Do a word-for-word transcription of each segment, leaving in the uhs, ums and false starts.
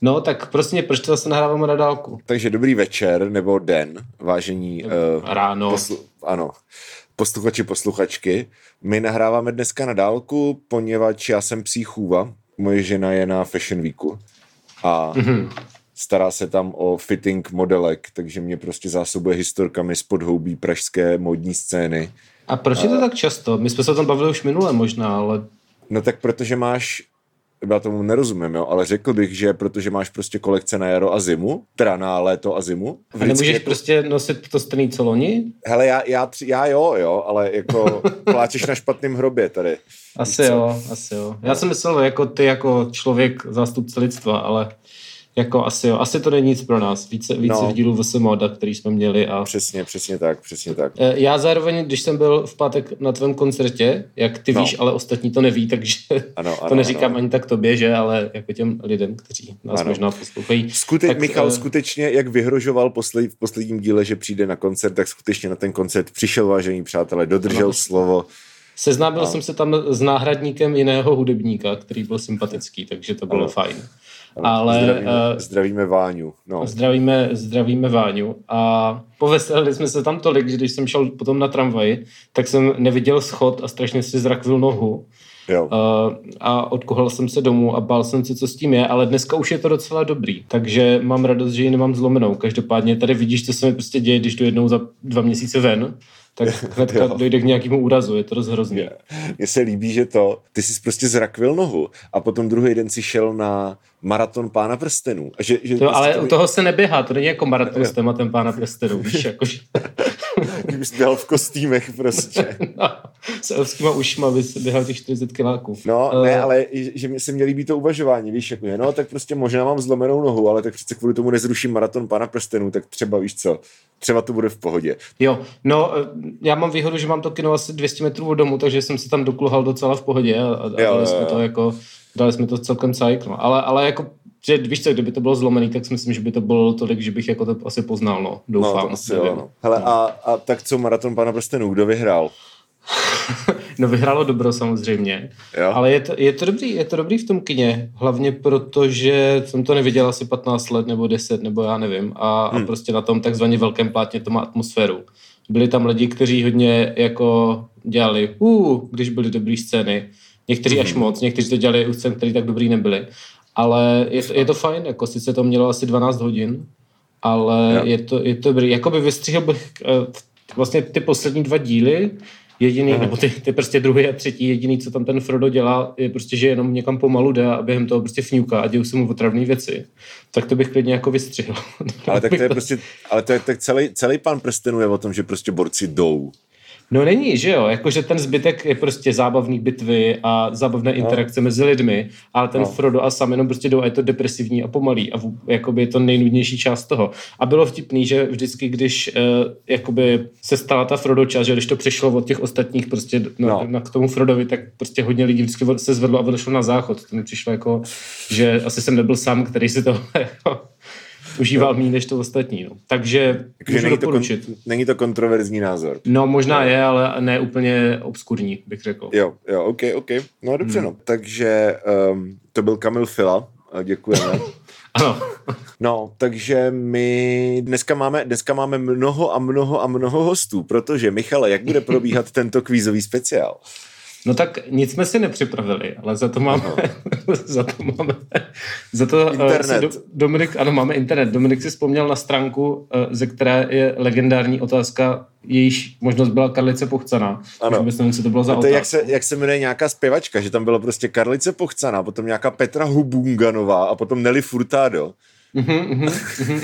No, tak prostě proč to zase nahráváme na dálku? Takže dobrý večer, nebo den, vážení... Uh, Ráno. Poslu- ano, posluchači, posluchačky. My nahráváme dneska na dálku, poněvadž já jsem psí chůva, moje žena je na Fashion Weeku a mm-hmm. stará se tam o fitting modelek, takže mě prostě zásobuje historkami z podhoubí pražské módní scény. A proč je to tak často? My jsme se o tom bavili už minule možná, ale... No tak protože máš... Já tomu nerozumím, jo, ale řekl bych, že protože máš prostě kolekce na jaro a zimu, teda na léto a zimu. A nemůžeš jako... prostě nosit to stejný co loni? Hele, já, já, tři, já jo, jo, ale jako pláčeš na špatném hrobě tady. Asi jo, asi jo. Já jsem myslel, jako ty jako člověk zástupce lidstva, ale jako asi jo. Asi to není nic pro nás. Více, více no. v dílu V S Moda, který jsme měli. A... Přesně, přesně tak, přesně tak. Já zároveň, když jsem byl v pátek na tvém koncertě, jak ty no. víš, ale ostatní to neví, takže ano, ano, to neříkám ano. ani tak tobě, že, ale jako těm lidem, kteří nás ano. možná poslouchají. Skute- tak, Michal uh... skutečně, jak vyhrožoval posled, v posledním díle, že přijde na koncert, tak skutečně na ten koncert přišel, vážení přátelé, dodržel ano. slovo. Seznámil no. jsem se tam s náhradníkem jiného hudebníka, který byl sympatický, takže to bylo ano. fajn. Ale zdravíme, uh, zdravíme Váňu. No. Zdravíme, zdravíme Váňu a poveselili jsme se tam tolik, že když jsem šel potom na tramvaji, tak jsem neviděl schod a strašně si zrakvil nohu. Jo. Uh, a odkuhal jsem se domů a bál jsem se, co s tím je, ale dneska už je to docela dobrý, takže mám radost, že ji nemám zlomenou. Každopádně tady vidíš, co se mi prostě děje, když jdu jednou za dva měsíce ven, tak hnedka dojde k nějakému úrazu, je to dost hrozný. Mně se líbí, že to, ty jsi prostě zrakvil nohu a potom druhý den si šel na maraton Pána prstenů. A že, že to, ale tady... u toho se neběhá, to není jako maraton s tématem Pána prstenů, víš, jakože... Kdyby jsi běhal v kostýmech prostě. No, s elfskýma ušima bys běhal těch čtyřicet kiláků. No, uh, ne, ale že mi se mě líbí to uvažování, víš, jako je, no, tak prostě možná mám zlomenou nohu, ale tak přece kvůli tomu nezruším maraton Pána prstenů, tak třeba, víš co, třeba to bude v pohodě. Jo, no, já mám výhodu, že mám to kino asi dvě stě metrů od domu, takže jsem se tam dokluhal docela v pohodě a, a jo, dali jo, jsme jo. to jako, dali jsme to celkem cajk, no, ale, ale jako že víš co, kdyby to bylo zlomený, tak si myslím, že by to bylo tolik, že bych jako to asi poznal, no, doufám. No, asi jo, no. Hele, no. A, a tak co maraton Pána prstenů, kdo vyhrál? No vyhrálo dobro samozřejmě, jo. Ale je to, je to dobrý, je to dobrý v tom kině, hlavně protože jsem to neviděl asi patnáct let nebo deset, nebo já nevím, a, hmm. a prostě na tom takzvaně velkém plátně to má atmosféru. Byli tam lidi, kteří hodně jako dělali, uh, když byly dobrý scény, někteří hmm. až moc, někteří to dělali u scén, který tak dobrý nebyli. Ale je to, je to fajn, jako sice to mělo asi dvanáct hodin, ale je to, je to dobrý. Jakoby vystřihl bych vlastně ty poslední dva díly, jediný, Aha. nebo ty, ty prostě druhý a třetí, jediný, co tam ten Frodo dělá, je prostě, že jenom někam pomalu jde a během toho prostě fňuká a dějou se mu otravné věci. Tak to bych klidně jako vystřihl. Ale tak to je prostě, ale to je tak celý, celý Pán prstenů je o tom, že prostě borci jdou. No není, že jo, jakože ten zbytek je prostě zábavný bitvy a zábavné interakce no. mezi lidmi, ale ten no. Frodo a Sam jenom prostě jdou a je to depresivní a pomalý a v, jakoby je to nejnudnější část toho. A bylo vtipný, že vždycky, když uh, jakoby se stala ta Frodo část, že když to přišlo od těch ostatních prostě na, no. na, k tomu Frodovi, tak prostě hodně lidí vždycky se zvedlo a odešlo na záchod. To mi přišlo jako, že asi jsem nebyl sám, který si to jako užíval méně než to ostatní. No. Takže můžu není doporučit. To kon, není to kontroverzní názor. No možná je, ale ne úplně obskurní, bych řekl. Jo, jo, ok, ok. No dobře, hmm. no. Takže um, to byl Kamil Fila. Děkujeme. Ano. No, takže my dneska máme, dneska máme mnoho a mnoho a mnoho hostů, protože Michale, jak bude probíhat tento kvízový speciál? No tak nic jsme si nepřipravili, ale za to máme, za to máme, za to internet. Do, Dominik, ano, máme internet. Dominik si vzpomněl na stránku, ze které je legendární otázka, jejíž možnost byla Karlice Pochcaná. Ano. Myslím, co to bylo za to je, jak se, jak se jmenuje nějaká zpěvačka, že tam bylo prostě Karlice Pochcaná, potom nějaká Petra Hubunganová a potom Nelly Furtado. Uhum, uhum, uhum.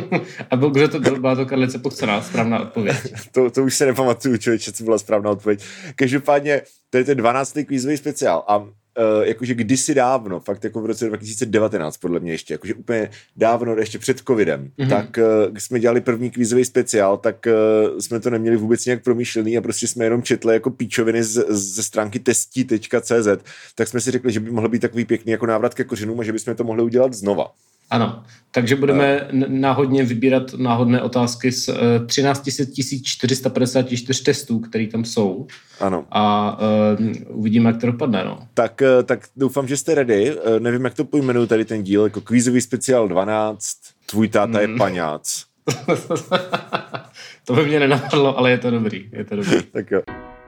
A byl, kdo to byl? Byla to Karlice Pochcaná, správná odpověď. to, to už se nepamatuju, člověče, co byla správná odpověď. Každopádně, to je ten dvanáctý kvízový speciál a uh, jakože kdysi dávno, fakt jako v roce dva tisíce devatenáct podle mě ještě, jakože úplně dávno, ještě před covidem, mm-hmm. tak uh, když jsme dělali první kvízový speciál, tak uh, jsme to neměli vůbec nějak promyšlený a prostě jsme jenom četli jako píčoviny z, ze stránky testí tečka cé zet, tak jsme si řekli, že by mohl být takový pěkný jako návrat ke kořenům a že bychom to mohli udělat znova. Ano, takže budeme uh, náhodně vybírat náhodné otázky z uh, třináct set čtyři sta padesát čtyři testů, které tam jsou. Ano. A uh, uvidíme, jak to dopadne, no. Tak, tak doufám, že jste ready. Uh, nevím, jak to pojmenuju tady ten díl, jako kvízový speciál dvanáct, tvůj táta mm. je paňác. To by mě nenapadlo, ale je to dobrý, je to dobrý. Tak jo.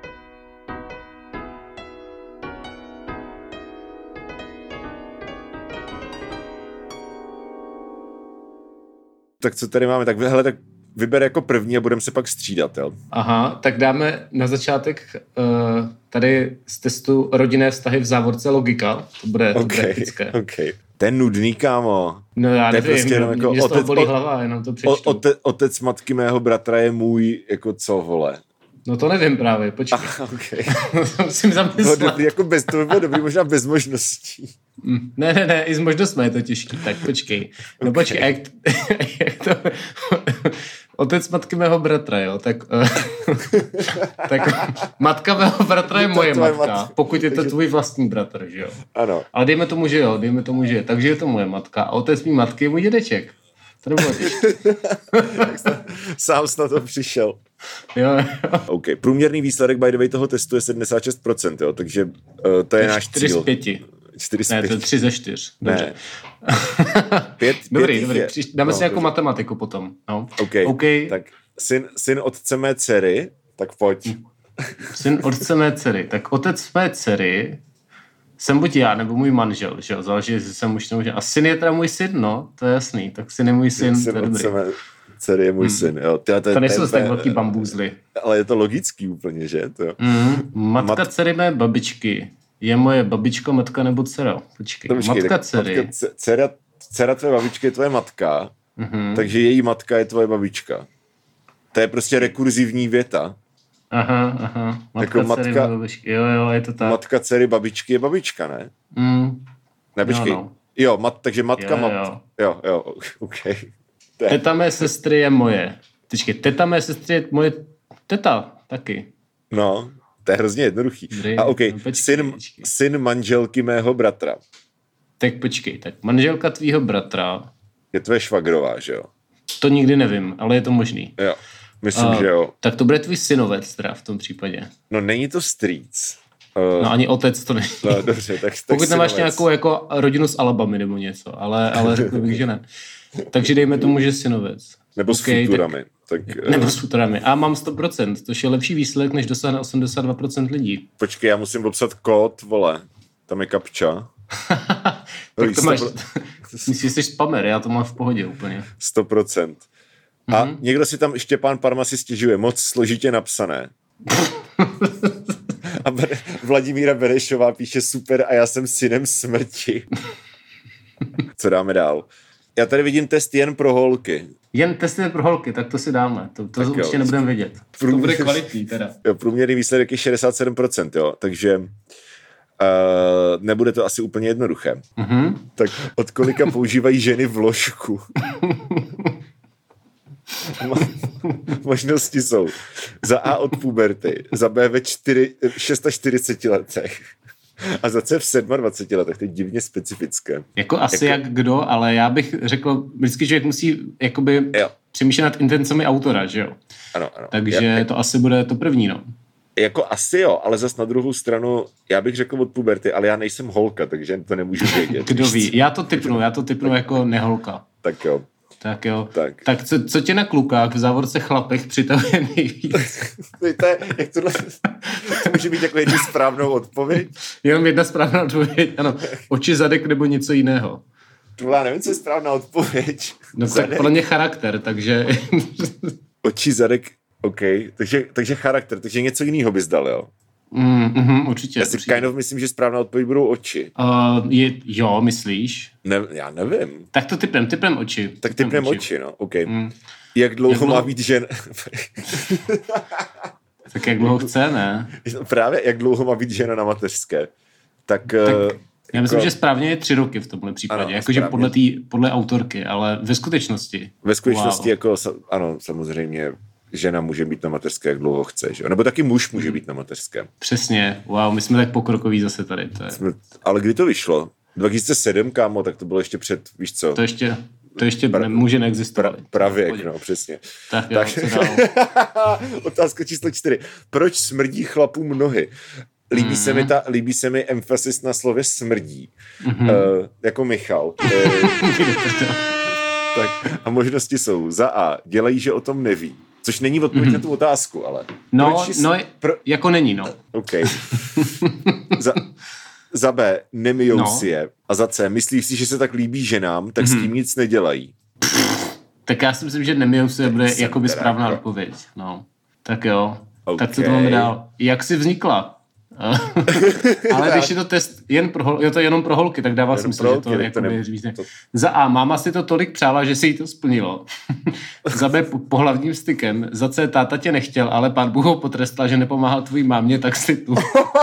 Tak co tady máme? Tak hele, tak vyber jako první a budeme se pak střídat, jo? Aha, tak dáme na začátek uh, tady z testu rodinné vztahy v závorce logika. To bude, to okay, bude epické. Okay. To je nudný, kámo. No já to nevím, prostě jenom jako mě z toho otec, bolí hlava, jenom to přečtu. Ote, otec matky mého bratra je můj, jako co, vole? No to nevím právě, počkej. Ah, okay. Musím zamyslet. No, dobrý, jako bez, to by bylo dobrý, možná bez možností. Mm, ne, ne, ne, i s možnostmi je to těžký, tak počkej. No okay. Počkej, jak, jak to... Otec matky mého bratra, jo, tak... tak matka mého bratra je moje matka, matka, pokud je to tvůj vlastní bratr, že jo? Ano. Ale dejme tomu, že jo, dejme tomu, že je. Takže je to moje matka a otec mý matky je můj dědeček. To nebylo těžké. Sám jsi na to přišel. Jo, jo. OK, průměrný výsledek by the way toho testu je sedmdesát šest procent, jo, takže uh, to je, je náš čtyři cíl. z pěti. čtyři z Ne, pěti. to je tři ze čtyř. Dobře. Ne. pět, dobrý, pět dobrý. je. Příš, dáme no, si jako dobře. matematiku potom. No. OK, okay. Tak syn, syn otce mé dcery, tak pojď. Syn otce mé dcery. Tak otec mé dcery jsem buď já, nebo můj manžel, že jo? Záleží, jestli jsem už nebo... A syn je teda můj syn, no, to je jasný. Tak syn je můj syn, syn to je dobrý. Mé dcery je můj hmm. syn, jo. Tyhle, to, to nejsou to, tak velký bambúzly. Ale je to logický úplně, že? To, mm, matka Mat... dcery mé babičky. Je moje babička, matka nebo dcera? Počkej. To počkej, matka dcery. Matka, dcera, dcera tvé babičky je tvoje matka, mm-hmm. takže její matka je tvoje babička. To je prostě rekurzivní věta. Aha, aha. Matka jako dcery matka, babičky. Jo, jo, je to tak. Matka dcery babičky je babička, ne? Mm. Ne, počkej. Jo, no. jo mat, takže matka jo, mat... Jo, jo, jo OK. Teta mé sestry je moje. Počkej, teta mé sestry je moje teta taky. No, to je hrozně jednoduchý. Dobrý, a OK, no, počkej, syn, počkej. syn manželky mého bratra. Tak počkej, tak manželka tvýho bratra... Je tvoje švagrová, že jo? To nikdy nevím, ale je to možný. Jo, myslím, uh, že jo. Tak to bude tvůj synovec teda v tom případě. No není to strýc. Uh, no ani otec to není. No dobře, tak, tak pokud nemáš synovec. nějakou jako rodinu z Alabamy nebo něco, ale, ale řekl bych, že ne. Takže dejme tomu, že synovec. Nebo okay, s futurami. Tak, tak, nebo s futurami. A mám sto procent, což je lepší výsledek, než dosáhne osmdesát dva procent lidí. Počkej, já musím obsat kód, vole. Tam je kapča. Tak to máš... Myslíš, že jsi spamer, já to mám v pohodě úplně. sto procent. A mm-hmm. někdo si tam, Štěpán Parma si stěžuje, moc složitě napsané. A Vladimíra Berešová píše super a já jsem synem smrti. Co dáme dál? Já tady vidím test jen pro holky. Jen test jen pro holky, tak to si dáme. To, to určitě nebudeme vědět. Průměr... To bude kvalitní teda. Jo, průměrný výsledek je šedesát sedm procent, jo, takže uh, nebude to asi úplně jednoduché. Mm-hmm. Tak od kolika používají ženy vložku? Možnosti jsou za A od puberty, za B ve čtyřiceti šesti letech a za C v dvaceti sedmi letech. To je divně specifické. Jako asi jako... jak kdo, ale já bych řekl, vždycky člověk musí jakoby jo. přemýšlet nad intencemi autora, že jo? Ano, ano. Takže já, to asi bude to první, no. Jako asi jo, ale zas na druhou stranu, já bych řekl od puberty, ale já nejsem holka, takže to nemůžu vědět. Kdo ví? Já to typnu, já to typnu jako neholka. Tak jo. Tak jo. Tak, tak co, co tě na klukách v závorce chlapech přitahuje nejvíc? Víte, jak tohle, to může být jako jedna správnou odpověď? Jenom jedna správná odpověď, ano. Oči, zadek nebo něco jiného. Tohle, já nevím, co je správná odpověď. No zadek. Tak podle mě charakter, takže... Oči, zadek, OK. Takže, takže charakter, takže něco jiného bys dal, jo? Mm, mm, určitě. Já si určitě. kind of myslím, že správná odpověď budou oči. Uh, je, jo, myslíš? Ne, já nevím. Tak to typnem, typnem oči. Tak typnem oči. oči, no, OK. Mm. Jak dlouho jak má dlouho... být žen... Tak jak dlouho chce, ne? Právě, jak dlouho má být žena na mateřské. Tak... tak já jako... myslím, že správně je tři roky v tomhle případě. Jakože podle, tý, podle autorky, ale ve skutečnosti. Ve skutečnosti, wow. jako, ano, samozřejmě... žena může být na mateřské, jak dlouho chce, že? Nebo taky muž může být na mateřské. Přesně, wow, my jsme tak pokrokoví zase tady. To je... jsme, ale kdy to vyšlo? dva tisíce sedm, kámo, tak to bylo ještě před, víš co? To ještě... To ještě pra, může neexistovat. Pra, pravěk, no, přesně. Tak jo, tak. Co dál? Otázka číslo čtyři. Proč smrdí chlapům nohy? Líbí, mm. se mi ta, líbí se mi emphasis na slově smrdí. Mm-hmm. Uh, jako Michal. Uh, tak a možnosti jsou za A. Dělají, že o tom neví. Což není odpověď mm-hmm. na tu otázku, ale. No, no pro... jako není, no. OK. za... Za B, nemijou no. si je. A za C, myslíš si, že se tak líbí ženám, tak mm-hmm. s tím nic nedělají. Tak já si myslím, že nemijou si je bude jakoby správná jako... odpověď. No. Tak jo. Okay. Tak co to máme dál? Jak jsi vznikla? Ale když je to test jen pro hol... jo, to je jenom pro holky, tak dává smysl, že to, to jakoby ne... říct. To... Za A, máma si to tolik přála, že si jí to splnilo. Za B, pohlavním stykem. Za C, táta tě nechtěl, ale pán Bůh ho potrestal, že nepomáhal tvojí mámě, tak si tu.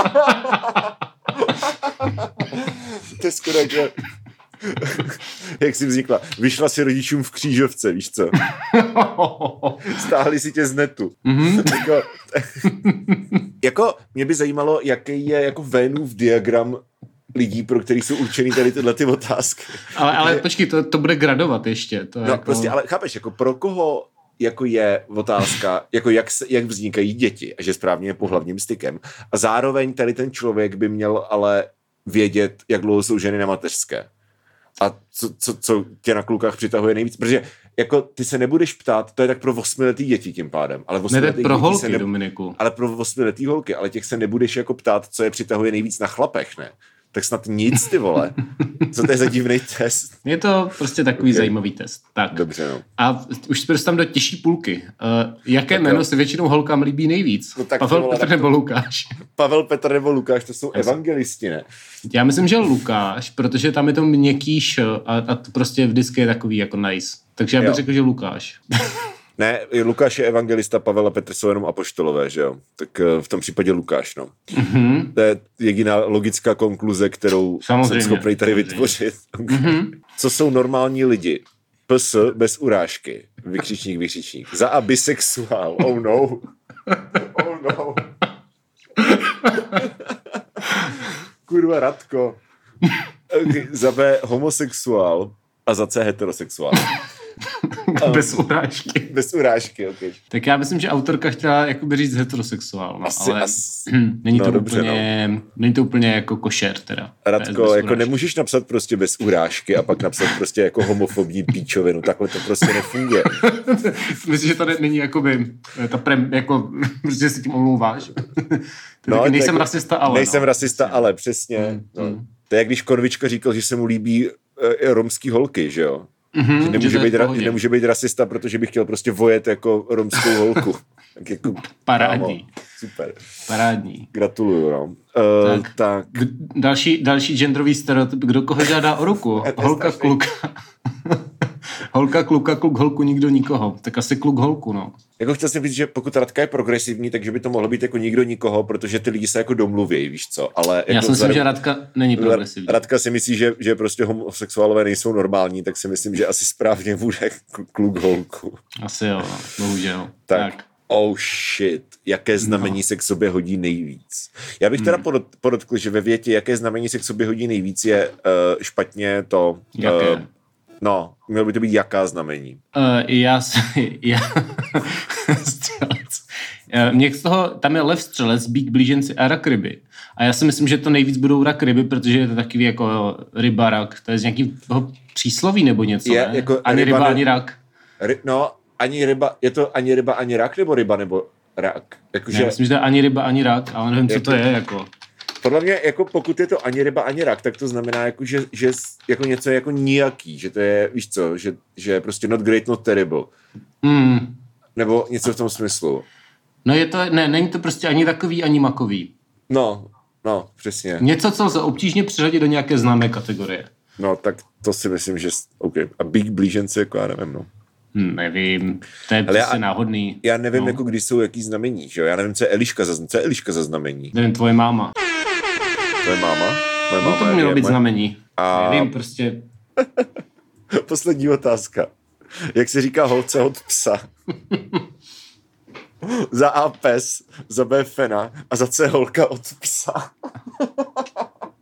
To je skoro, že... Jak jsi vznikla? Vyšla si rodičům v křížovce, víš co? Stáhli si tě z netu. Mm-hmm. Jako, jako, mě by zajímalo, jaký je jako Vénův diagram lidí, pro který jsou určený tady tyhle ty otázky. Ale, ale počkej, to, to bude gradovat ještě. To no jako... prostě, ale chápeš, jako pro koho jako je otázka, jako jak, se, jak vznikají děti, a že správně je pohlavním stykem. A zároveň tady ten člověk by měl ale vědět, jak dlouho jsou ženy na mateřské. A co, co, co tě na klukách přitahuje nejvíc. Protože jako ty se nebudeš ptát, to je tak pro osmiletý děti tím pádem. Ale ne, pro holky, ne, Dominiku. Ale pro osmiletý holky, ale těch se nebudeš jako ptát, co je přitahuje nejvíc na chlapech, ne? Tak snad nic, ty vole. Co to je za divný test? Je to prostě takový okay. zajímavý test. Tak. Dobře, no. A už se tam do těžší půlky. Uh, jaké tak jméno jo. se většinou holkám líbí nejvíc? No, Pavel, vole, Petr nebo Lukáš? Pavel, Petr nebo Lukáš, to jsou evangelisti, ne? Já myslím, že Lukáš, protože tam je to měkký š a, a to prostě vždycky je takový jako nice. Takže já bych jo. řekl, že Lukáš. Ne, Lukáš je evangelista, Pavel a Petr jsou jenom apoštolové, že jo? Tak v tom případě Lukáš, no. Mm-hmm. To je jediná logická konkluze, kterou samozřejmě, jsem schopný tady samozřejmě. vytvořit. Mm-hmm. Co jsou normální lidi? P S bez urážky. Vykřičník, vykřičník. Za A bisexuál. Oh no. Oh no. Kurva, Radko. Okay. Za B homosexuál a za C heterosexuál. Bez urážky. Bez urážky, ok. Tak já myslím, že autorka chtěla jakoby říct heterosexuál, no, asi, ale asi... není, to no, dobře, úplně, no. není to úplně jako košer teda. Radko, jako nemůžeš napsat prostě bez urážky a pak napsat prostě jako homofobní píčovinu, takhle to prostě nefunguje. Myslím, že to není jakoby, ta prem, jako, prostě si tím omlouváš. No, nejsem jako, rasista, ale. Nejsem no, rasista, přesně. ale přesně. Mm, no. mm. To je jak když Konvička říkal, že se mu líbí e, romský holky, že jo? Mm-hmm, že, nemůže být ra- že nemůže být rasista, protože by chtěl prostě vojet jako romskou holku. Tak jako, parádní. Kámo, super. Parádní. Gratuluju, no. Uh, tak. tak. Další, další genderový stereotyp. Kdo koho žádá o ruku? Holka, kluka. Holka, kluka, kluk, holku, nikdo, nikoho. Tak asi kluk, holku, no. Jako chtěl jsem říct, že pokud Radka je progresivní, takže by to mohlo být jako nikdo, nikoho, protože ty lidi se jako domluví, víš co. Ale jako já si myslím, že Radka není progresivní. Radka si myslí, že, že prostě homosexuálové nejsou normální, tak si myslím, že asi správně bude kluk, holku. Asi jo, bohužel. Tak. tak. Oh shit, jaké znamení no. se k sobě hodí nejvíc. Já bych teda hmm. podotkl, že ve větě, jaké znamení se k sobě hodí nejvíc, je uh, špatně to... Jaké? Uh, no, mělo by to být jaká znamení. Uh, já... já střelec. Mně z toho, tam je lev, střelec, bík, blíženci a rak ryby. A já si myslím, že to nejvíc budou rak ryby, protože je to takový jako ryba, rak. To je z nějakého přísloví nebo něco, je, ne? Jako ani ryba, ryba ne... ani rak. Ry, no, ani ryba, je to ani ryba, ani rak, nebo ryba, nebo rak? Jako, ne, že... myslím, že to je ani ryba, ani rak, ale nevím, jako... co to je, jako. Podle mě, jako pokud je to ani ryba, ani rak, tak to znamená, jako, že, že jako něco je jako nijaký, že to je, víš co, že, že prostě not great, not terrible. Mm. Nebo něco v tom smyslu. No je to, ne, není to prostě ani takový, ani makový. No, no, přesně. Něco, co lze obtížně přiřadit do nějaké známé kategorie. No, tak to si myslím, že, OK. A bík, blíženci, jako já nevím, no. Hmm, nevím, to je prostě náhodný. Já nevím, no. jako když jsou jaký znamení, že jo? Já nevím, co je Eliška za, co je Eliška za znamení. Nevím, tvoje máma. Tvoje máma? Moje no máma to by mělo je, být moje... znamení. A... Nevím, prostě. Poslední otázka. Jak se říká holce od psa? Za A pes, za B fena a za C holka od psa.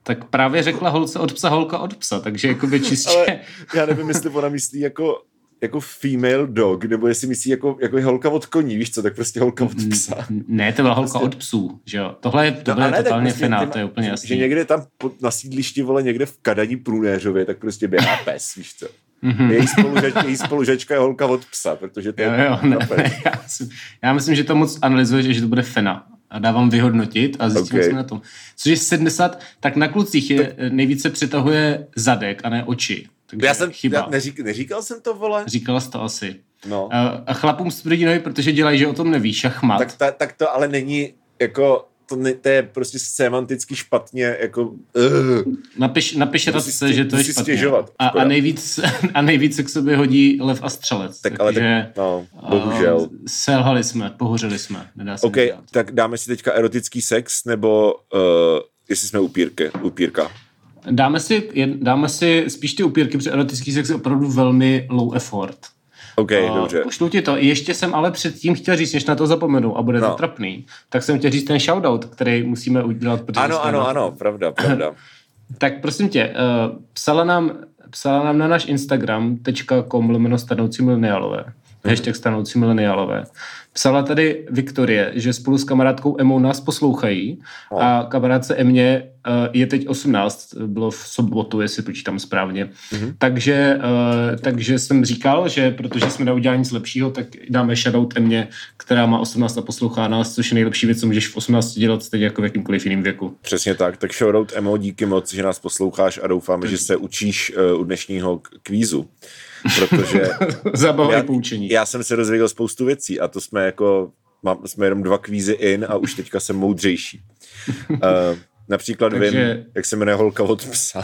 Tak právě řekla holce od psa, holka od psa, takže jakoby čistě... Ale já nevím, jestli ona myslí jako, jako female dog, nebo jestli myslí jako, jako holka od koní, víš co, tak prostě holka od psa. Ne, to byla holka prostě... od psů, že jo. Tohle je, tohle no, je totálně prostě finál, to je úplně jasný. Že někde tam pod, na sídlišti, vole, někde v Kadaní Průnéřově, tak prostě běhá pes, víš co. Mm-hmm. Její, spolužač, její spolužačka je holka od psa, protože to je... Jo, jo, ne, ne, já, myslím, já myslím, že to moc analyzuješ, že to bude fena. A dávám vyhodnotit a zjistím, okay. co na tom. Což je sedmdesát, tak na klucích je, tak... nejvíce přitahuje zadek a ne oči. Takže já jsem, chyba. Já neřík, neříkal jsem to, vole? Říkala jsi to asi. No. A, a chlapům smrdí nohy, protože dělají, že o tom neví, šachmat. Tak, ta, tak to ale není jako... To, ne, to je prostě semanticky špatně, jako... Uh. Napiš, napiš radce, že to je špatně. Stěžovat, a, a, nejvíc, a nejvíc se k sobě hodí lev a střelec. Tak ale takže, tak, no, bohužel. Selhali jsme, pohořeli jsme. Nedá se OK, dělat. Tak dáme si teďka erotický sex, nebo uh, jestli jsme upírky, upírka. Dáme si, dáme si spíš ty upírky, protože erotický sex je opravdu velmi low effort. OK, uh, dobře. Pošlu ti to. Ještě jsem ale předtím chtěl říct, než na to zapomenu a bude no. to trapný, tak jsem chtěl říct ten shoutout, který musíme udělat. Ano, ano, ano, pravda, pravda. Tak prosím tě, uh, psala nám, psala nám na náš Instagram tečka com lomeno stanoucí mileniálové. Hashtag stanoucí mileniálové. Psala tady Viktorie, že spolu s kamarádkou Emou nás poslouchají no. a kamarádce Emě uh, je teď osmnáct, bylo v sobotu, jestli počítám správně. Mm-hmm. Takže, uh, takže jsem říkal, že protože jsme neudělali nic lepšího, tak dáme shoutout Emě, která má osmnáct a poslouchá nás, což je nejlepší věc, co můžeš v osmnácti dělat stejně jako v jakýmkoliv jiném věku. Přesně tak, tak shoutout Emo, díky moc, že nás posloucháš a doufáme, že se učíš uh, u dnešního kvízu. Protože zábava poučení. Já jsem se dozvěděl spoustu věcí a to jsme jako, mám, jsme jenom dva kvízy in a už teďka jsem moudřejší. Uh, například Takže... vím, jak se jmenuje holka od psa.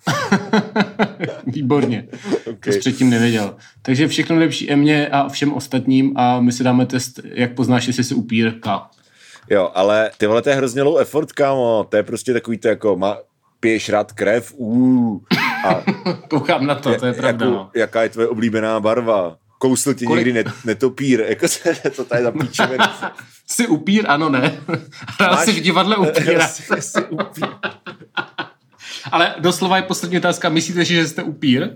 Výborně. Okay. To jsi předtím nevěděl. Takže všechno lepší Emě a všem ostatním a my si dáme test, jak poznáš, jestli jsi upírka. Jo, ale ty vole, to je hrozně low effort, kámo. To je prostě takový to jako, má, piješ rád krev, uuu. A koukám na to, to je pravda. Jako, no. Jaká je tvoje oblíbená barva? Kousl ti Kolik... někdy net, netopír? Jako se to tady zapíčeme. Jsi upír? Ano, ne. Hrál jsi v divadle upíra. Jsi, jsi upír. Ale doslova je poslední otázka. Myslíte, že jste upír?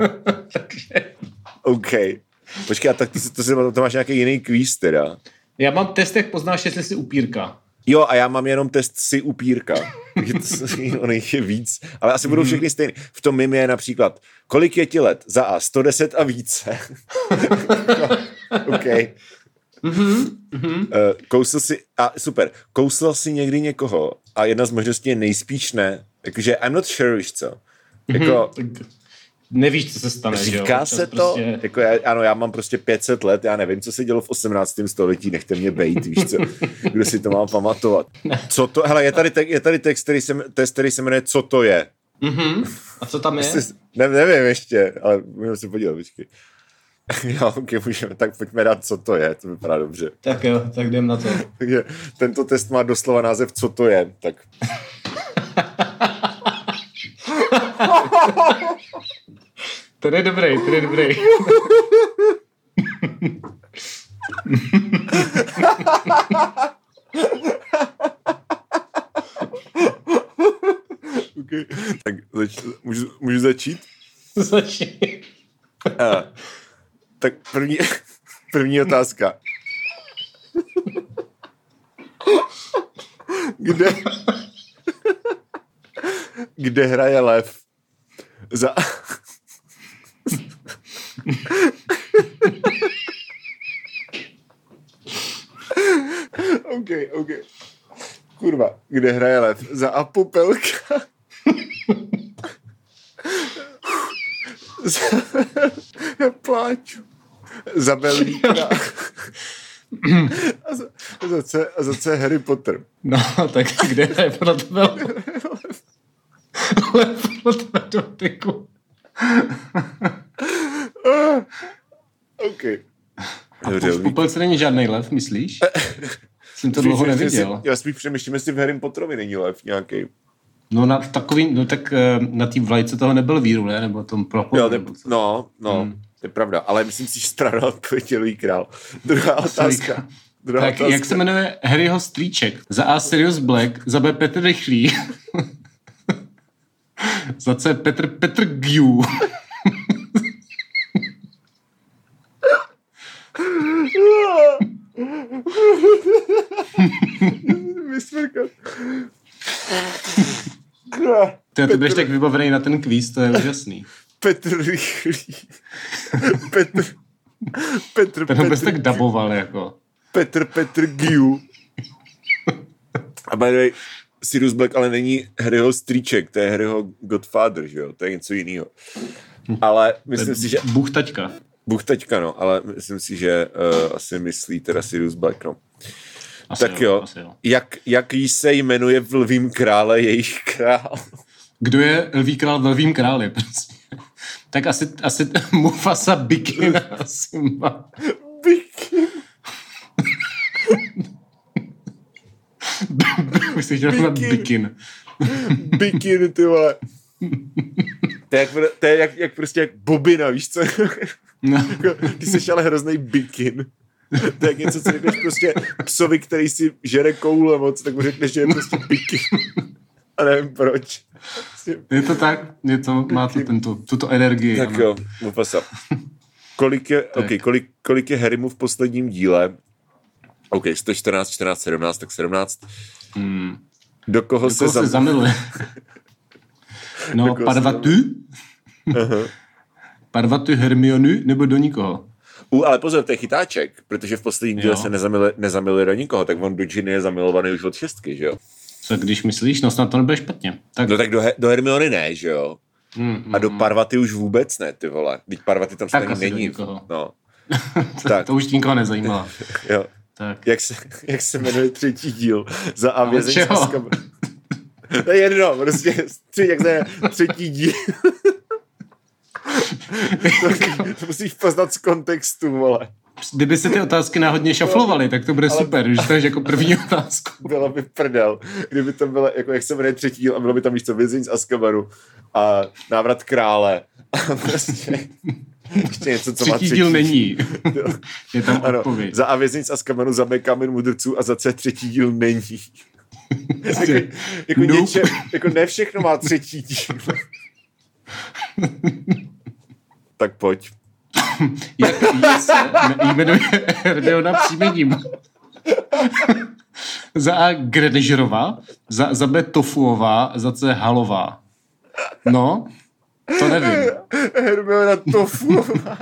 OK. Počkej, a tak ty, to, to, to máš nějaký jiný kvíz teda. Já mám test, jak poznáš, jestli jsi upírka. Jo, a já mám jenom test si upírka. Ono jich je víc. Ale asi budou všechny stejný. V tom mým je například, kolik je ti let? Za A, sto deset a více. OK. Mm-hmm, mm-hmm. Uh, kousl si, a super, kousl si někdy někoho a jedna z možností je nejspíš ne. Jakože I'm not sure, víš co. Jako... Mm-hmm. Nevíš, co se stane, říká jo? se to, prostě... jako já, ano, já mám prostě pět set let, já nevím, co se dělo v osmnáctém století, nechte mě bejt, víš co, kdo si to má pamatovat. Co to, hele, je tady, te, je tady text, který se, test, který se jmenuje Co to je? Mm-hmm. A co tam je? Ne, nevím ještě, ale můžeme se podívat, počkej. Jo, ok, můžeme, tak pojďme dát, co to je, to vypadá dobře. Tak jo, tak jdem na to. Takže tento test má doslova název Co to je, tak... Ten je dobrý, ten je dobrý. Okay. Tak zač- můžu, můžu začít? Začni. Uh, tak první, první otázka. Kde, kde hraje lev? Za... OK, OK. Kurva, kde hraje lev? Za A Popelka. Za... Já pláču. Za Belvíka. A za, za, C, a za C Harry Potter. No, tak kde hraje podle tebe lev? Lev podle tebe dotyku. OK. A v Popelce není žádný lev, myslíš? Jsem to dlouho neviděl. Já spíš přemýšlím, jestli v Harry Potterovi není lev nějaký. No na takový, no tak na té vlajce toho nebyl víru, ne? Nebo tom proporu. Jo, no, no, hmm. to je pravda. Ale myslím si, že správná odpověď je Louis Král. Druhá otázka. Druhá tak otázka. Jak se jmenuje Harryho strýček? Za A Sirius Black, za B Petr Rychlý. Za C Petr Petr Giu. Vysmrkat. Ty, ty budeš tak vybavený na ten kvíz, to je úžasný. Petr Rychlý. Petr... Petr Ten ho bys tak daboval, jako. Petr Petr Giu. A by the way, Sirius Black ale není Harryho strýček, to je Harryho Godfather, že jo? To je něco jiného. Ale myslím si, že... Bůh taťka. Bůh taťka, no, ale myslím si, že uh, asi myslí teda Sirius Black, no. Asi tak jo, jo, asi jo. Jak, jak jí se jmenuje v Lvím krále jejich král? Kdo je Lví král v Lvím králi, prostě? Tak asi, asi Mufasa Bikin asi má. Bikin. Už jsi chtěl znát Bikin. Bikin, ty vole. To je, jak, to je jak, jak prostě jak bobina, víš co? No. Ty jsi ale hroznej bikin. To je jak něco, co řekneš prostě psovi, který si žere koule moc, tak mu řekneš, že je prostě bikin. A nevím proč. Je to tak, je to, má to tento, tuto energii. Tak ano. Jo, Mufasa. Kolik je, okay, kolik, kolik je Harrymu v posledním díle? OK, sto čtrnáct, čtrnáct, sedmnáct, tak sedmnáct. Hmm. Do koho, Do se, koho zam... se zamiluje? No, Parvatu? Uh-huh. Parvatu Hermionu nebo do nikoho? U, ale pozor, to je chytáček, protože v posledním díle se nezamiluje, nezamiluje do nikoho, tak on do Ginny je zamilovaný už od šestky, že jo? Co když myslíš? No snad to nebude špatně. Tak... No tak do, do Hermiony ne, že jo? Mm, mm, A do Parvaty už vůbec ne, ty vole. Teď Parvaty tam stejně není. No. to, tak. To už nikoho nezajímá. Jo. Tak. Jak se, jak se jmenuje třetí díl? Za A vězeň z Azkaban. To je jedno, prostě tři, jak se třetí díl. to, to musíš poznat z kontextu, vole. Kdyby se ty otázky náhodně šaflovaly, tak to bude ale... super, že to je jako první otázku. Bylo by prdel, kdyby to bylo, jako jak se jmenuje třetí díl a bylo by tam místo vězení z Azkabanu a návrat krále a prostě ještě něco, co třetí má třetí díl není. Je tam ano, odpověď. Za A vězení z Azkabanu, za B kámen mudrců a za C třetí díl není. jako jako, nope. něče, jako ne všechno má třetí díl. Tak pojď. Jak je se jmenuje Hermiona příjmením? Za A Gredežerová, za, za B Tofuová, za C Halová. No, to nevím. Hermiona Tofuová.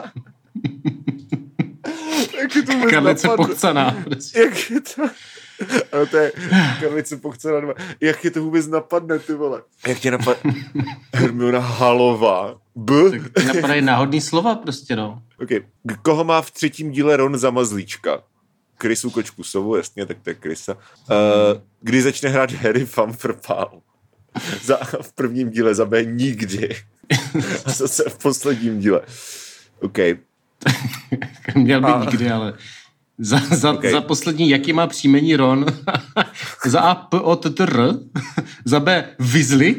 Jak je to vůbec Karlice pochcaná. Jak je to... Ano, to je Karlice pochcaná dva. Jak je to vůbec napadne, ty vole? Jak tě napadne? Hermiona Halová. B? Tak napadají náhodný slova prostě, no. Ok. Koho má v třetím díle Ron za mazlíčka? Krysu, kočku, sovu, jasně, tak to je Krysa. Uh, kdy začne hrát Harry Famfrpál? Za, v prvním díle, za B nikdy. A zase v posledním díle. OK. Měl by A... nikdy, ale... Za, za, okay. za poslední, jaký má příjmení Ron? Za A P O T T R, za B Weasley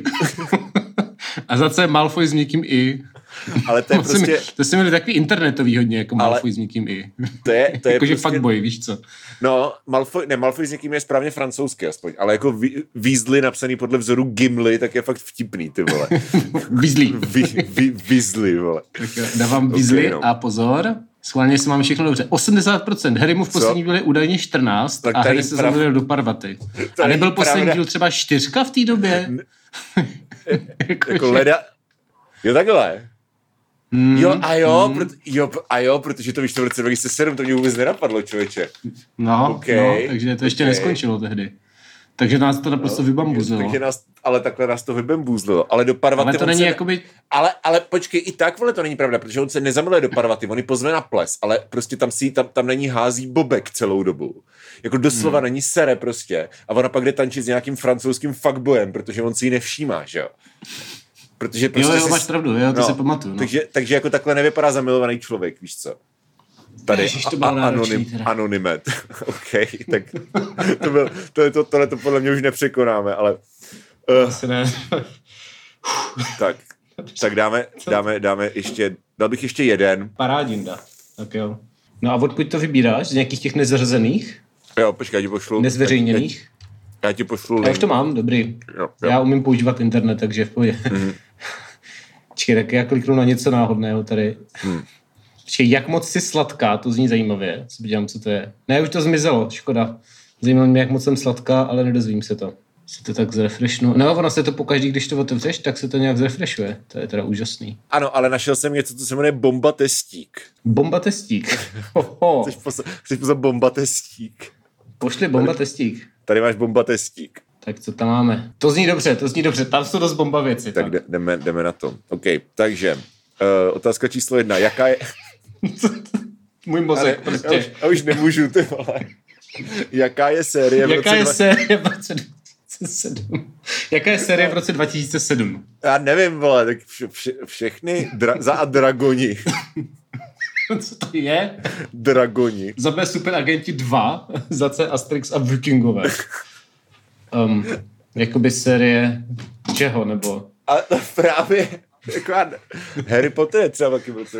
a za C Malfoy s měkkým I. Ale to je prostě... To si měli takový internetový hodně, jako ale... Malfoy s měkkým I. To je, to je Jakože prostě... fuckboy, víš co? No, Malfoy, ne, Malfoy s někým je správně francouzský aspoň, ale jako Weasley napsaný podle vzoru Gimli, tak je fakt vtipný, ty vole. Weasley. Weasley, vole. Tak dávám Weasley okay, no. A pozor... Schválně si mám všechno dobře. osmdesát procent. Harry mu v poslední díle údajně čtrnáct tak a Harry se prav... zamilil do Parvaty. A nebyl poslední pravda. Díl třeba čtyřka v té době? jako, jako leda... Jo, takhle. Mm, jo, a jo, mm. proto, jo, a jo, protože to vyšlo v roce dva tisíce sedm, to mě vůbec nenapadlo, člověče. No, okay, no takže to ještě okay. neskončilo tehdy. Takže nás to naprosto no, vybambuzilo. Takže nás, ale takhle nás to vybambuzilo. Ale do Parvaty... Ale to není se, jakoby... Ale, ale počkej, i tak, vole, to není pravda, protože on se nezamiluje do Parvaty, on ji pozve na ples, ale prostě tam si tam, tam není hází bobek celou dobu. Jako doslova hmm. není sere prostě. A ona pak jde tančit s nějakým francouzským fuckboyem, protože on si ji nevšímá, že jo? Protože prostě jo, jo, si, máš pravdu, jo, to no, si pamatuju. No. Takže, takže jako takhle nevypadá zamilovaný člověk, víš co? Tady Ježiš, to a, a, anonym, anonymet. OK, tak to byl, to, to, tohle to podle mě už nepřekonáme, ale... Uh, Asi ne. tak, tak dáme, dáme, dáme ještě, dal bych ještě jeden. Parádinda. Tak jo. No a odkud to vybíráš? Z nějakých těch nezařazených? Jo, počkej, ti pošlu. Nezveřejněných? Já ti pošlu. Já už to mám, dobrý. Jo, jo. Já umím používat internet, takže v pohodě. Mm. Čekaj, tak já kliknu na něco náhodného tady. Mm. Čekaj, jak moc jsi sladká, to zní zajímavě. Se podívám, co to je. Ne, už to zmizelo, škoda. Zajímalo mě, jak moc jsem sladká, ale nedozvím se to. Se to tak zrefreshnu. No, ono se to pokaždý, když to otevřeš, tak se to nějak zrefreshuje. To je teda úžasný. Ano, ale našel jsem něco, co se jmenuje bomba testík. Bomba testík. Chceš poslat, chceš poslat bomba testík? Pošli bomba testík. Tady máš bomba testík. Tak co tam máme? To zní dobře, to zní dobře. Tam jsou dost bomba věci. Tak, tak. Jdeme, jdeme na to. OK, takže uh, otázka číslo jedna. Jaká je... Můj mozek ale, prostě. Já už, já už nemůžu, ty vole. Jaká je série v Jaká roce... je série v roce dva tisíce sedm? Jaká je série v roce dva tisíce sedm? Já nevím, vole, tak vše, vše, všechny dra, za a dragoni. Co to je? Dragoni. Za B Superagenti dva, za C Asterix a Vikingové. Um, jakoby série čeho, nebo... A to právě, jako Harry Potter je třeba taky byl.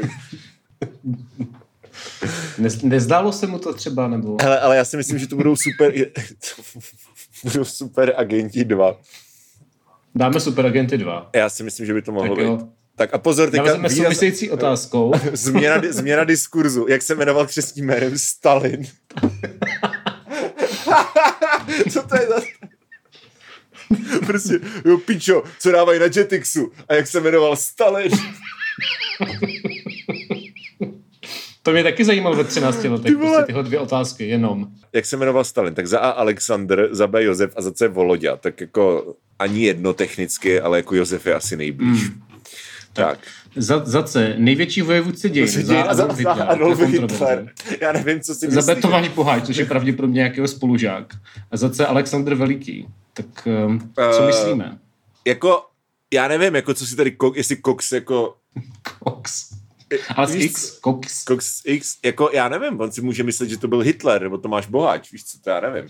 Ne, nezdálo se mu to třeba, nebo... Hele, ale já si myslím, že to budou super... budou super agenti dva. Dáme Superagenty dva. Já si myslím, že by to mohlo tak být. Jo. Tak a pozor, teďka... Dáme výraz... související otázkou. změna, změna diskurzu. Jak se jmenoval křestním jménem Stalin? Co to je za... Prostě, jo, pičo, co dávají na Jetixu? A jak se jmenoval Stalin? To mě taky zajímalo ve třinácti letech, ty prostě tyhle dvě otázky, jenom. Jak se jmenoval Stalin? Tak za A Alexandr, za B Josef a za C Voloďa. Tak jako ani jedno technicky, ale jako Josef je asi nejblíž. Mm. Tak. Za, za C, největší vojevůdce dějin. Za, za, za, za Adolf Hitler. Já nevím, co si myslíš. Za B Tomáš Poháč, což je pravděpodobně nějakého spolužák. A za C Alexandr Veliký. Tak um, co uh, myslíme? Jako, já nevím, jako co si tady, jestli Cox jako... Cox. Ale z X, Cox. Cox X, jako já nevím, on si může myslet, že to byl Hitler, nebo Tomáš Boháč, víš co, to já nevím.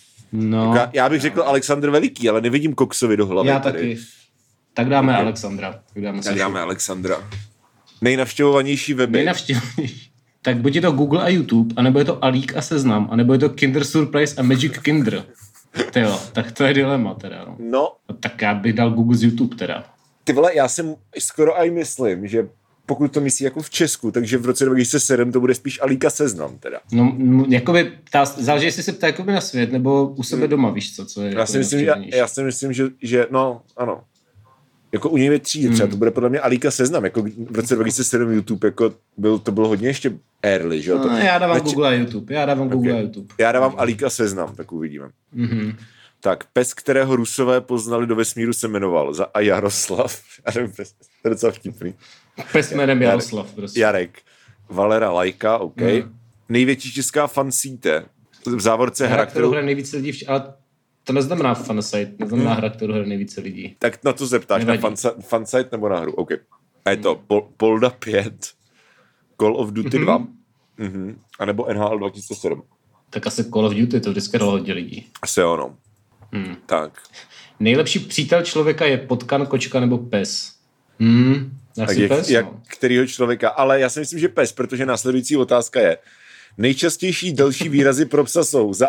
No. Já, já bych řekl Alexandr Veliký, ale nevidím Coxovi do hlavy. Já tady. taky. Tak dáme okay. Alexandra. Tak dáme, tak dáme Alexandra. Nejnavštěvovanější weby. Nejnavštěvovanější. Tak buď je to Google a YouTube, anebo je to Alík a Seznam, anebo je to Kinder Surprise a Magic Kinder. Tyjo, tak to je dilema teda. No. no. Tak já bych dal Google z YouTube teda. Ty vole, já si skoro aj myslím, že pokud to myslí jako v Česku, takže v roce dva tisíce sedm to bude spíš Alíka Seznam teda. No, jakoby, ta, záleží, jestli se ptá jakoby na svět, nebo u sebe doma, víš co, co je. Já si myslím, že, já si myslím, že, že no, ano. Jako u něj je tří, třeba hmm. to bude podle mě Alíka Seznam, jako v roce dva tisíce sedm YouTube, jako byl, to bylo hodně ještě early, že jo? No, já dávám Nači... Google a YouTube, já dávám okay. Google a YouTube. Já dávám Alíka Seznam, tak uvidíme. Mm-hmm. Tak, pes, kterého Rusové poznali do vesmíru, se jmenoval za A Jaroslav. Já nevím, pes, to je docela vtipný. Pes jménem Jaroslav, prostě. Jarek. Valera Lajka, OK. Mm. Největší česká fansíte. V závorce hra, hra kterou hraje nejvíce lidí, vč- ale to neznamená fansite, neznamená mm. hra, kterou hraje nejvíce lidí. Tak na to zeptáš, Nevadí. Na fansa- fansite nebo na hru, OK. A je to Pol- Polda pět, Call of Duty mm-hmm. dva, mm-hmm. a nebo N H L dva tisíce sedm. Tak asi Call of Duty, to vždycky dalo hodně lidí. Asi ono. Hmm. Tak. Nejlepší přítel člověka je potkan, kočka nebo pes. Hmm. Tak je, pes, jak, no. kterýho člověka, ale já si myslím, že pes, protože následující otázka je nejčastější další výrazy pro psa jsou za,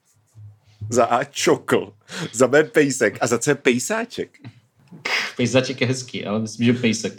za A čokl, za B pejsek a za C pejsáček. Pejsáček je hezký, ale myslím, že pejsek.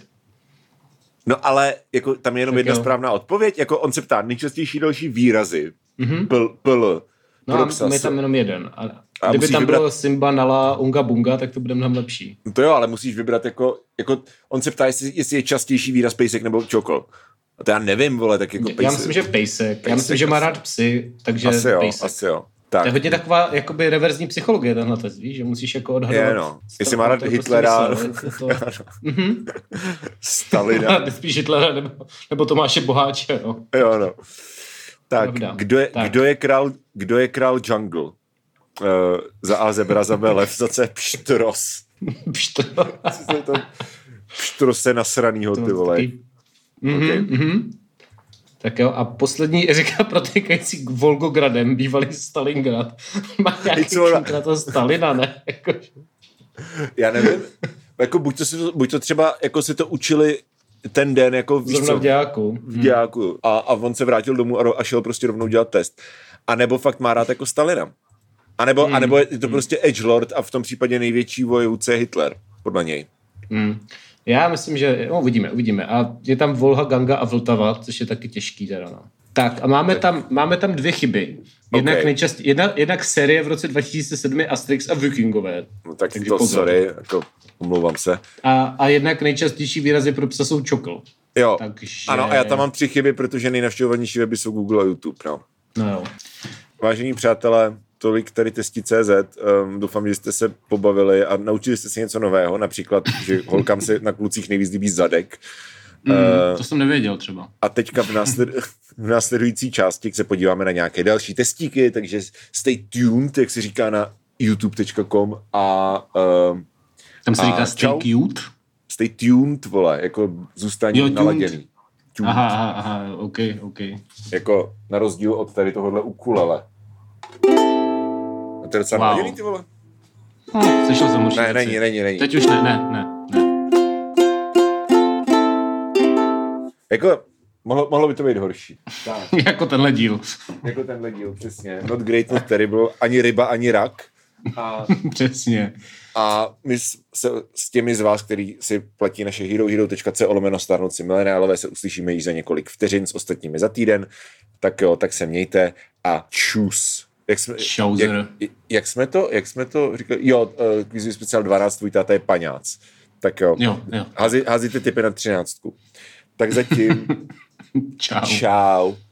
No ale jako, tam je jenom tak jedna jo. správná odpověď, jako on se ptá nejčastější další výrazy. Mm-hmm. Pl, pl, no a my tam jenom jeden. A, a kdyby tam vybrat... bylo Simba, Nala, Unga, Bunga, tak to bude mnohem lepší. No to jo, ale musíš vybrat jako, jako on se ptá, jestli, jestli je častější výraz pejsek nebo čokol. A to já nevím, vole, tak jako pejsek. Já myslím, že pejsek. pejsek já myslím, že má rád psy, takže asi jo, pejsek. Asi jo. Tak. To je hodně taková jakoby reverzní psychologie tenhle test, víš, že musíš jako odhadovat. Je, no. Jestli má rád Hitlera. Prostě to... mm-hmm. Stalina. Spíš Hitlera nebo, nebo Tomáše Boháče, no. Jo, no. Tak, kdo je, tak. Kdo, je král, kdo je král jungle? Uh, za A zebra, za B lev, za C pštros. Pštros. Pštrose nasranýho, ty vole. Mm-hmm, okay. mm-hmm. Tak jo, a poslední říká protékající k Volgogradem, bývalý Stalingrad. Má nějaký čunk na to Stalina, ne? Já nevím. Jako buď, to si to, buď to třeba jako si to učili ten den jako víš co, v dějáku. V dějáku. Hmm. A, a on se vrátil domů a, a šel prostě rovnou dělat test. A nebo fakt má rád jako Stalina. A nebo, mm. a nebo je to mm. prostě edgelord a v tom případě největší vojevůdce je Hitler, podle něj. Mm. Já myslím, že, no uvidíme, uvidíme. A je tam Volha, Ganga a Vltava, což je taky těžký teda, no. Tak a máme tam, máme tam dvě chyby. Jednak, okay. nejčast, jedna, jednak série v roce dva tisíce sedm Asterix a Vikingové. No tak takže to pozor. Sorry, jako omlouvám se. A, a jednak nejčastější výrazy pro psa jsou čokl. Jo, takže... ano a já tam mám tři chyby, protože nejnavštěvovanější weby jsou Google a YouTube, no. No jo. Vážení přátelé, tolik tady testi tečka cé zet. Um, doufám, že jste se pobavili a naučili jste se něco nového, například, že holkám se na klucích nejvíc líbí zadek. Mm, uh, to jsem nevěděl třeba. A teďka v, násled, v následující části se podíváme na nějaké další testíky, takže stay tuned, jak se říká na youtube tečka com a uh, tam se a říká stay tuned? Stay tuned, vole, jako zůstání jo, naladěný. Tuned. Aha, aha, aha, ok, ok. Jako na rozdíl od tady tohohle ukulele. A to je docela wow. naladěný, ty vole. Hm, slyšel jsem určitě. Ne, není, není, není. Teď už ne, ne, ne, ne. Jako, mohlo, mohlo by to být horší. Tak. Jako tenhle díl. Jako tenhle díl, přesně. Not great, not terrible. Ani ryba, ani rak. A, přesně. A my se s těmi z vás, který si platí naše herohero tečka co lomeno stárnoucí mileniálové, se uslyšíme již za několik vteřin s ostatními za týden. Tak jo, tak se mějte a čus. Jak jsme, jak, jak jsme to, jak jsme to říkali? Jo, uh, speciál dvanáct, tvůj táta je paňác. Tak jo, jo, jo. Házi, házíte tipy na třináctku. Tak zatím. Čau. Čau.